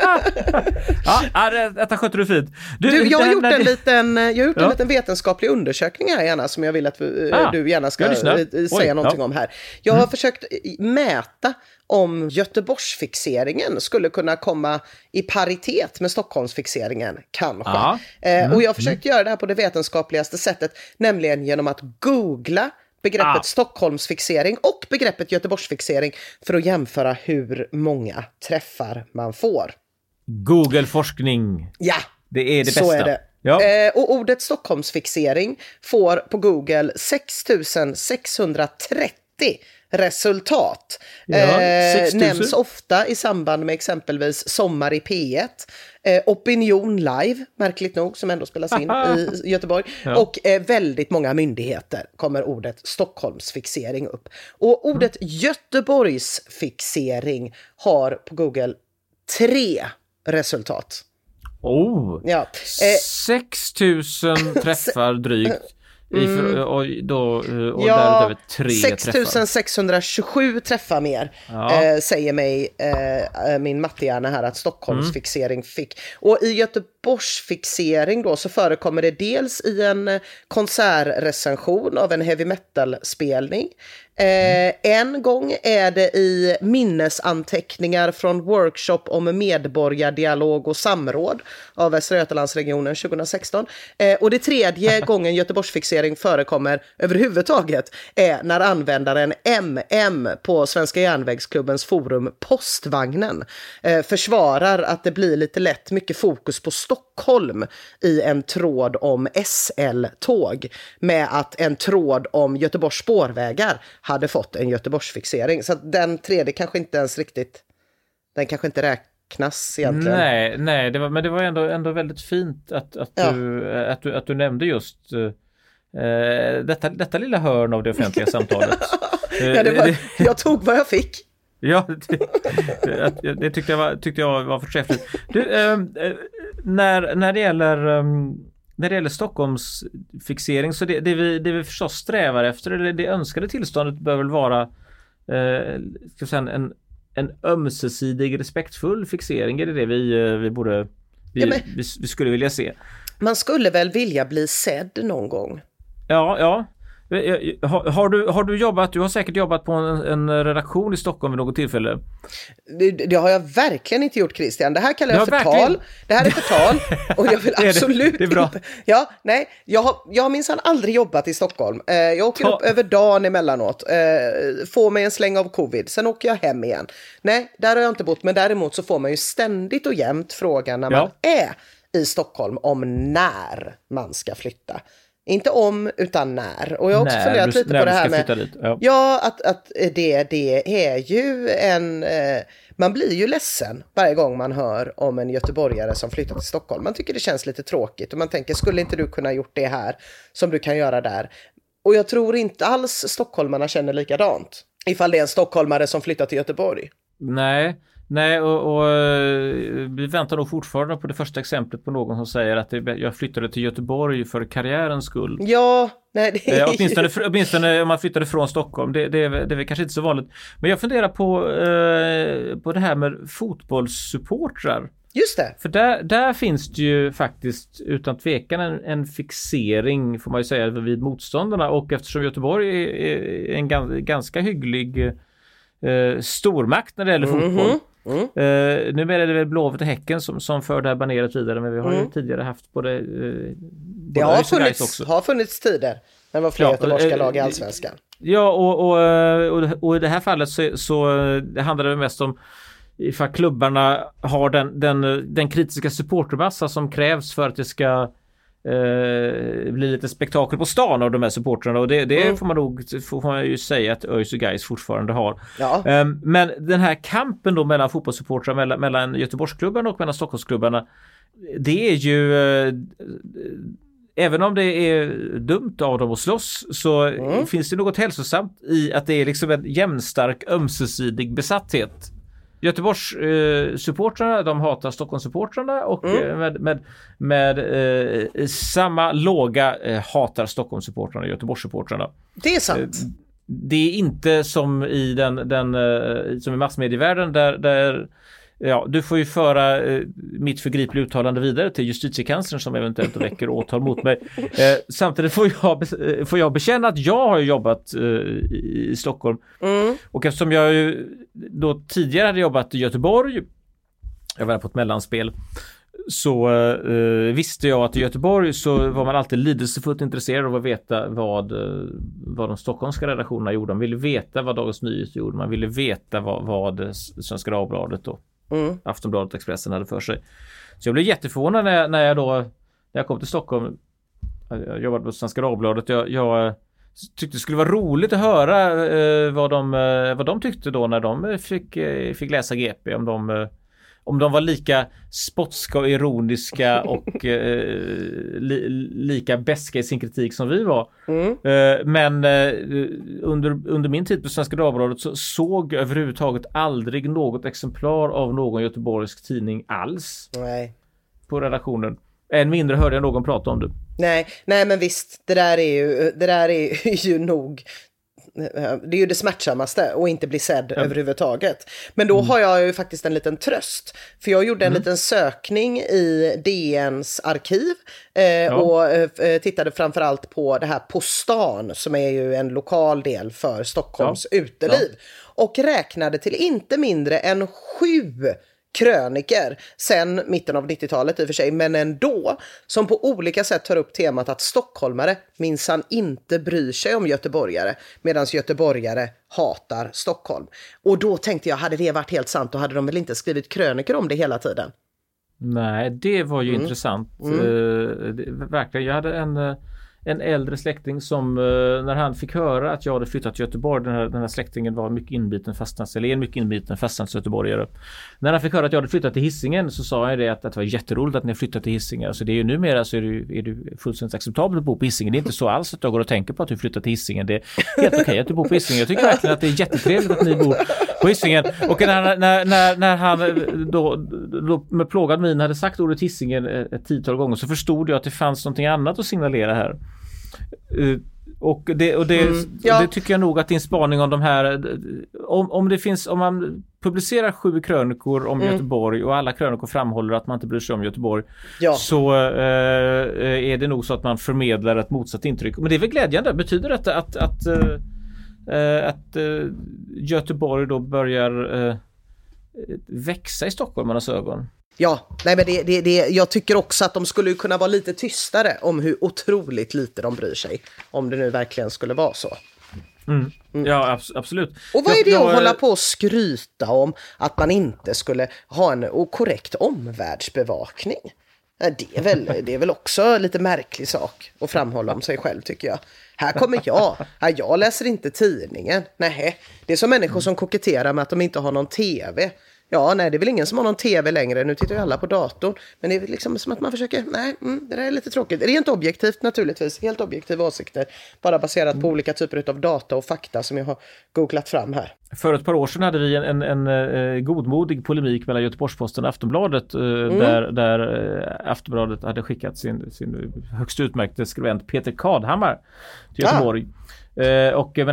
Detta sköter du fint. Jag har gjort en liten vetenskaplig undersökning här gärna, som jag vill att du gärna ska säga någonting om här. Jag har försökt mäta om Göteborgsfixeringen skulle kunna komma i paritet med Stockholmsfixeringen, kanske. Och jag har försökt göra det här på det vetenskapligaste sättet, nämligen genom att googla begreppet Stockholmsfixering och begreppet Göteborgsfixering för att jämföra hur många träffar man får. Google-forskning. Ja, det är det bästa. Så är det. Ja. Och ordet Stockholmsfixering får på Google 6630 resultat. Ja, 6 000. Nämns ofta i samband med exempelvis Sommar i P1. Opinion Live, märkligt nog, som ändå spelas in i Göteborg. Ja. Och väldigt många myndigheter kommer ordet Stockholmsfixering upp. Och ordet Göteborgsfixering har på Google 3 resultat. Ja. 6 000 träffar drygt. Och därutöver 3 6627 träffar mer, säger mig min mattehjärna här att Stockholmsfixering fick. Och i Göteborgsfixering då så förekommer det dels i en konsertrecension av en heavy metal-spelning. En gång är det i minnesanteckningar från workshop om medborgardialog och samråd av Västra Götalandsregionen 2016. Och det tredje gången Göteborgsfixering förekommer överhuvudtaget är när användaren MM på Svenska järnvägsklubbens forum Postvagnen försvarar att det blir lite lätt mycket fokus på Stockholm i en tråd om SL-tåg med att en tråd om Göteborgs spårvägar hade fått en Göteborgsfixering. Så att den tredje kanske inte ens riktigt, den kanske inte räknas egentligen. Nej, men det var ändå väldigt fint att du nämnde just detta lilla hörn av det offentliga samtalet. Jag tog vad jag fick. Ja, det tyckte jag var förträffligt. Du, när det gäller Stockholms fixering, så det vi förstås strävar efter, eller det önskade tillståndet bör väl vara en ömsesidig, respektfull fixering. Är det vi skulle vilja se? Man skulle väl vilja bli sedd någon gång. Ja. Har du jobbat, du har säkert jobbat på en redaktion i Stockholm vid något tillfälle? Det har jag verkligen inte gjort, Christian. Det här kallar jag förtal. Det här är förtal och jag vill absolut det är bra. inte. Ja, nej, jag har minsann aldrig jobbat i Stockholm. Jag åker upp över dagen emellanåt. Får mig en släng av covid. Sen åker jag hem igen. Nej, där har jag inte bott. Men däremot så får man ju ständigt och jämt frågan när man är i Stockholm om när man ska flytta. Inte om, utan när. Och jag har också funderat lite på det här med... Dit. Att det är ju en... Man blir ju ledsen varje gång man hör om en göteborgare som flyttar till Stockholm. Man tycker det känns lite tråkigt. Och man tänker, skulle inte du kunna gjort det här som du kan göra där? Och jag tror inte alls stockholmarna känner likadant. Ifall det är en stockholmare som flyttar till Göteborg. Nej, och vi väntar nog fortfarande på det första exemplet på någon som säger att jag flyttade till Göteborg för karriärens skull. Ja, nej. Det åtminstone om man flyttade från Stockholm. Det är väl kanske inte så vanligt. Men jag funderar på det här med fotbollssupportrar. Just det. För där finns det ju faktiskt utan tvekan en fixering, får man ju säga, vid motståndarna. Och eftersom Göteborg är en ganska hygglig stormakt när det gäller fotboll. Nu är det väl Blåvitt och Häcken som för det här baneret vidare, men vi har ju tidigare haft både det har funnits tider när det var fler göteborgska lag i Allsvenskan. Ja, och i det här fallet så det handlar det mest om ifall klubbarna har den kritiska supportermassa som krävs för att det ska bli lite spektakel på stan av de här supportrarna, och det får man ju säga att ÖIS och Gais fortfarande har. Ja. Men den här kampen då mellan fotbollssupportrar, mellan Göteborgsklubbarna och mellan Stockholmsklubbarna, det är ju även om det är dumt av dem att slåss, så finns det något hälsosamt i att det är liksom en jämnstark ömsesidig besatthet. Göteborgs supportrarna, de hatar Stockholmssupportrarna och med samma låga hatar Stockholmssupportrarna och Göteborgssupportrarna. Det är sant. Det är inte som i som i massmedievärlden där du får ju föra mitt förgripliga uttalande vidare till justitiekanslern som eventuellt väcker åtal mot mig. Samtidigt får jag bekänna att jag har jobbat i Stockholm. Och eftersom jag ju då tidigare hade jobbat i Göteborg, jag var på ett mellanspel, så visste jag att i Göteborg så var man alltid lidelsefullt intresserad av att veta vad de stockholmska redaktionerna gjorde. Man ville veta vad Dagens Nyheter gjorde. Man ville veta vad Svenska Dagbladet och Aftonbladet, Expressen hade för sig. Så jag blev jätteförvånad när jag kom till Stockholm. Jag jobbade på Svenska Dagbladet. tyckte det skulle vara roligt att höra vad de tyckte då när de fick läsa GP, om de var lika spotska och ironiska och lika beska i sin kritik som vi var. Men under min tid på Svenska Dagbladet så såg jag överhuvudtaget aldrig något exemplar av någon göteborgsk tidning alls. Nej. På redaktionen. Än mindre hörde jag någon prata om det. Nej, men visst, det där är ju nog, det är ju det smärtsammaste att inte bli sedd överhuvudtaget. Men då har jag ju faktiskt en liten tröst. För jag gjorde en liten sökning i DNs arkiv och tittade framförallt på det här På stan, som är ju en lokal del för Stockholms uteliv. Och räknade till inte mindre än 7 kröniker sen mitten av 90-talet i och för sig, men ändå, som på olika sätt tar upp temat att stockholmare minsann inte bryr sig om göteborgare, medan göteborgare hatar Stockholm. Och då tänkte jag, hade det varit helt sant, då hade de väl inte skrivit kröniker om det hela tiden? Nej, det var ju intressant. Verkligen, jag hade en äldre släkting som när han fick höra att jag hade flyttat till Göteborg, den här släktingen var en mycket inbiten fastlandsgöteborgare. När han fick höra att jag hade flyttat till Hisingen så sa jag det att det var jätteroligt att ni har flyttat till Hisingen. Alltså det är ju numera så är du fullständigt acceptabelt att bo på Hisingen. Det är inte så alls att jag går och tänker på att du flyttar till Hisingen. Det är helt okej att du bor på Hisingen. Jag tycker verkligen att det är jättetrevligt att ni bor på Hisingen. Och när han då med plågad min hade sagt ordet Hisingen ett 10-tal gånger så förstod jag att det fanns någonting annat att signalera här. Och det tycker jag nog att din spaning om de här, om man publicerar 7 krönikor om Göteborg och alla krönikor framhåller att man inte bryr sig om Göteborg, så är det nog så att man förmedlar ett motsatt intryck. Men det är väl glädjande. Betyder detta att Göteborg då börjar växa i stockholmarnas ögon? Ja, nej men jag tycker också att de skulle kunna vara lite tystare om hur otroligt lite de bryr sig. Om det nu verkligen skulle vara så. Ja, absolut. Och vad är det att hålla på och skryta om att man inte skulle ha en korrekt omvärldsbevakning? Det är väl också lite märklig sak att framhålla om sig själv, tycker jag. Här kommer jag läser inte tidningen. Nej, det är som människor som koketterar med att de inte har någon tv. Ja, nej, det är väl ingen som har någon tv längre. Nu tittar ju alla på datorn. Men det är liksom som att man försöker, det där är lite tråkigt. Rent objektivt naturligtvis, helt objektiva åsikter. Bara baserat på olika typer av data och fakta som jag har googlat fram här. För ett par år sedan hade vi en godmodig polemik mellan Göteborgs-Posten och Aftonbladet där Aftonbladet hade skickat sin högst utmärkte skribent Peter Kadhammar till Göteborg. Men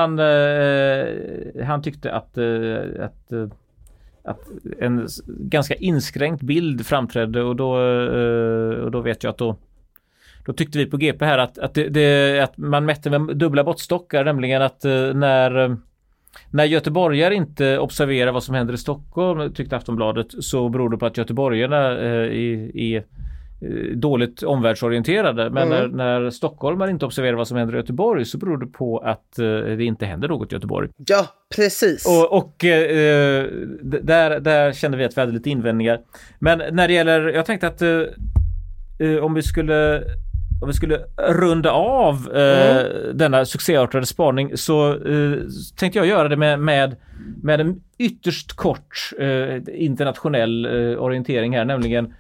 han tyckte att en ganska inskränkt bild framträdde och då vet jag att då tyckte vi på GP här att man mätte med dubbla måttstockar, nämligen att när göteborgare inte observerar vad som händer i Stockholm, tyckte Aftonbladet, så beror det på att göteborgarna är dåligt omvärldsorienterade. Men när stockholmare inte observerar vad som händer i Göteborg så beror det på att det inte händer något i Göteborg. Ja, precis. Och där kände vi att vi hade lite invändningar. Men när det gäller, jag tänkte att om vi skulle runda av denna succéartade spaning så tänkte jag göra det med en ytterst kort internationell orientering här, nämligen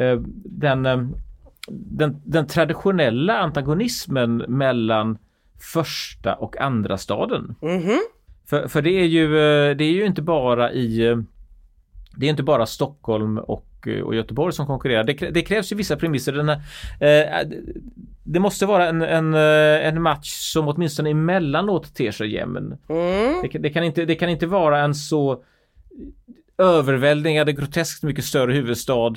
den traditionella antagonismen mellan första och andra staden. För det är ju inte bara Stockholm och Göteborg som konkurrerar. Det krävs ju vissa premisser. Det måste vara en match som åtminstone emellanåt ter sig jämn. Det kan inte vara en så överväldigande, groteskt mycket större huvudstad.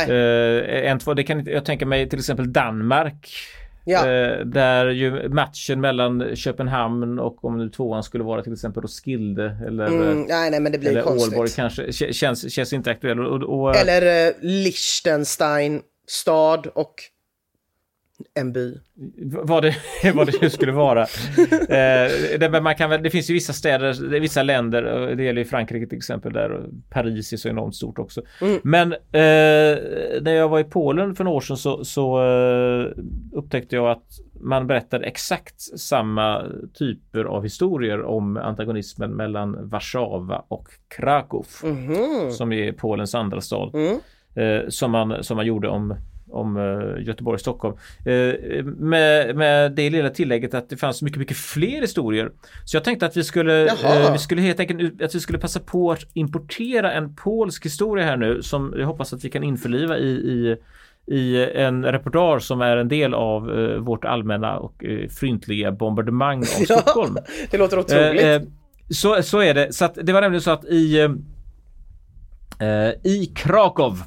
Jag tänker mig till exempel Danmark. Där ju matchen mellan Köpenhamn och om nu tvåan skulle vara till exempel Roskilde eller men det blir eller konstigt. Ålborg kanske känns inte aktuell eller Liechtenstein stad och en by. Vad det skulle vara. Det finns ju vissa städer, vissa länder, det gäller i Frankrike till exempel, där Paris är så enormt stort också. Men när jag var i Polen för några år sedan så upptäckte jag att man berättar exakt samma typer av historier om antagonismen mellan Warszawa och Krakow, som är Polens andra stad, som man gjorde om Göteborg och Stockholm. Med det lilla tillägget att det fanns mycket fler historier. Så jag tänkte att vi skulle helt enkelt att vi skulle passa på att importera en polsk historia här nu, som jag hoppas att vi kan införliva i en reportage som är en del av vårt allmänna och fryntliga bombardemang av Stockholm. Det låter otroligt. Så är det. Så att det var nämligen så att i Krakow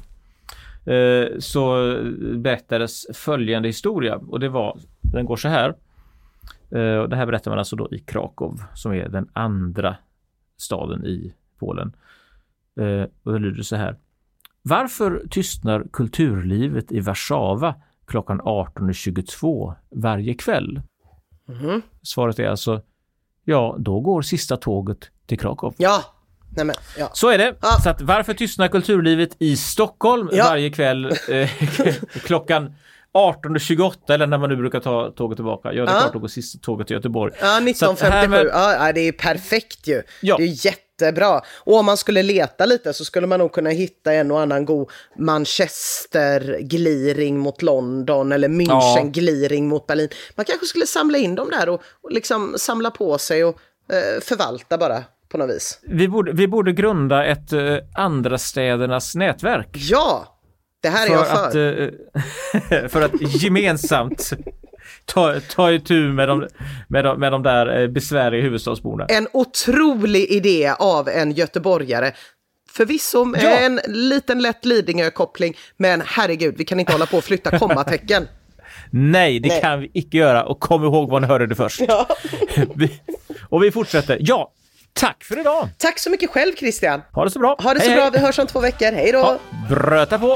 så berättades följande historia, och den går så här. Och det här berättar man alltså då i Krakow, som är den andra staden i Polen. Och det lyder så här: varför tystnar kulturlivet i Warszawa klockan 18:22 varje kväll? Svaret är alltså, ja, då går sista tåget till Krakow. Ja. Så är det. Så att varför tystnar kulturlivet i Stockholm varje kväll klockan 18:28, eller när man nu brukar ta tåget tillbaka. Ja, det är klart att går sista tåget till Göteborg. Ja, 1957. Ja, det är perfekt ju. Ja. Det är jättebra. Och om man skulle leta lite så skulle man nog kunna hitta en och annan god Manchester-gliring mot London eller München-gliring mot Berlin. Man kanske skulle samla in dem där och liksom samla på sig och förvalta bara på något vis. Vi borde grunda ett andra städernas nätverk. Ja, det här är jag för. För att gemensamt ta itu med de där besvärliga huvudstadsborna. En otrolig idé av en göteborgare. Förvisso med en liten lätt Lidingö-koppling, men herregud, vi kan inte hålla på att flytta kommatecken. Nej, det kan vi inte göra, och kom ihåg vad ni hörde det först. Ja. Och vi fortsätter. Ja, tack för idag. Tack så mycket själv, Christian. Ha det så bra. Ha det så bra, vi hörs om 2 veckor. Hej då. Ja, bröta på.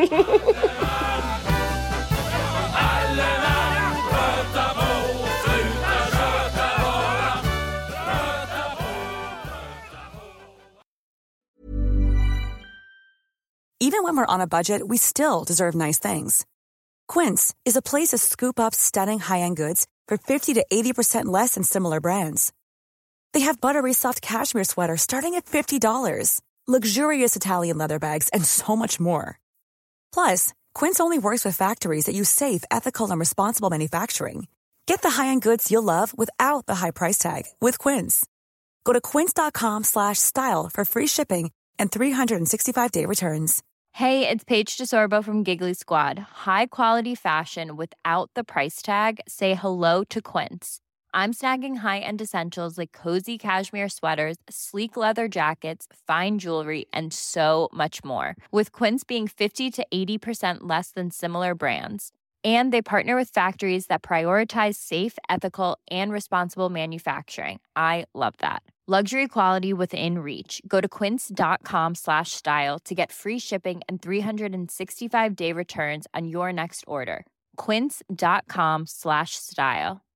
Even when we're on a budget, we still deserve nice things. Quince is a place to scoop up stunning high-end goods for 50 to 80% less than similar brands. They have buttery soft cashmere sweaters starting at $50, luxurious Italian leather bags, and so much more. Plus, Quince only works with factories that use safe, ethical, and responsible manufacturing. Get the high-end goods you'll love without the high price tag with Quince. Go to quince.com/style for free shipping and 365-day returns. Hey, it's Paige DeSorbo from Giggly Squad. High quality fashion without the price tag. Say hello to Quince. I'm snagging high-end essentials like cozy cashmere sweaters, sleek leather jackets, fine jewelry, and so much more. With Quince being 50 to 80% less than similar brands. And they partner with factories that prioritize safe, ethical, and responsible manufacturing. I love that. Luxury quality within reach. Go to quince.com/style to get free shipping and 365-day returns on your next order. Quince.com/style.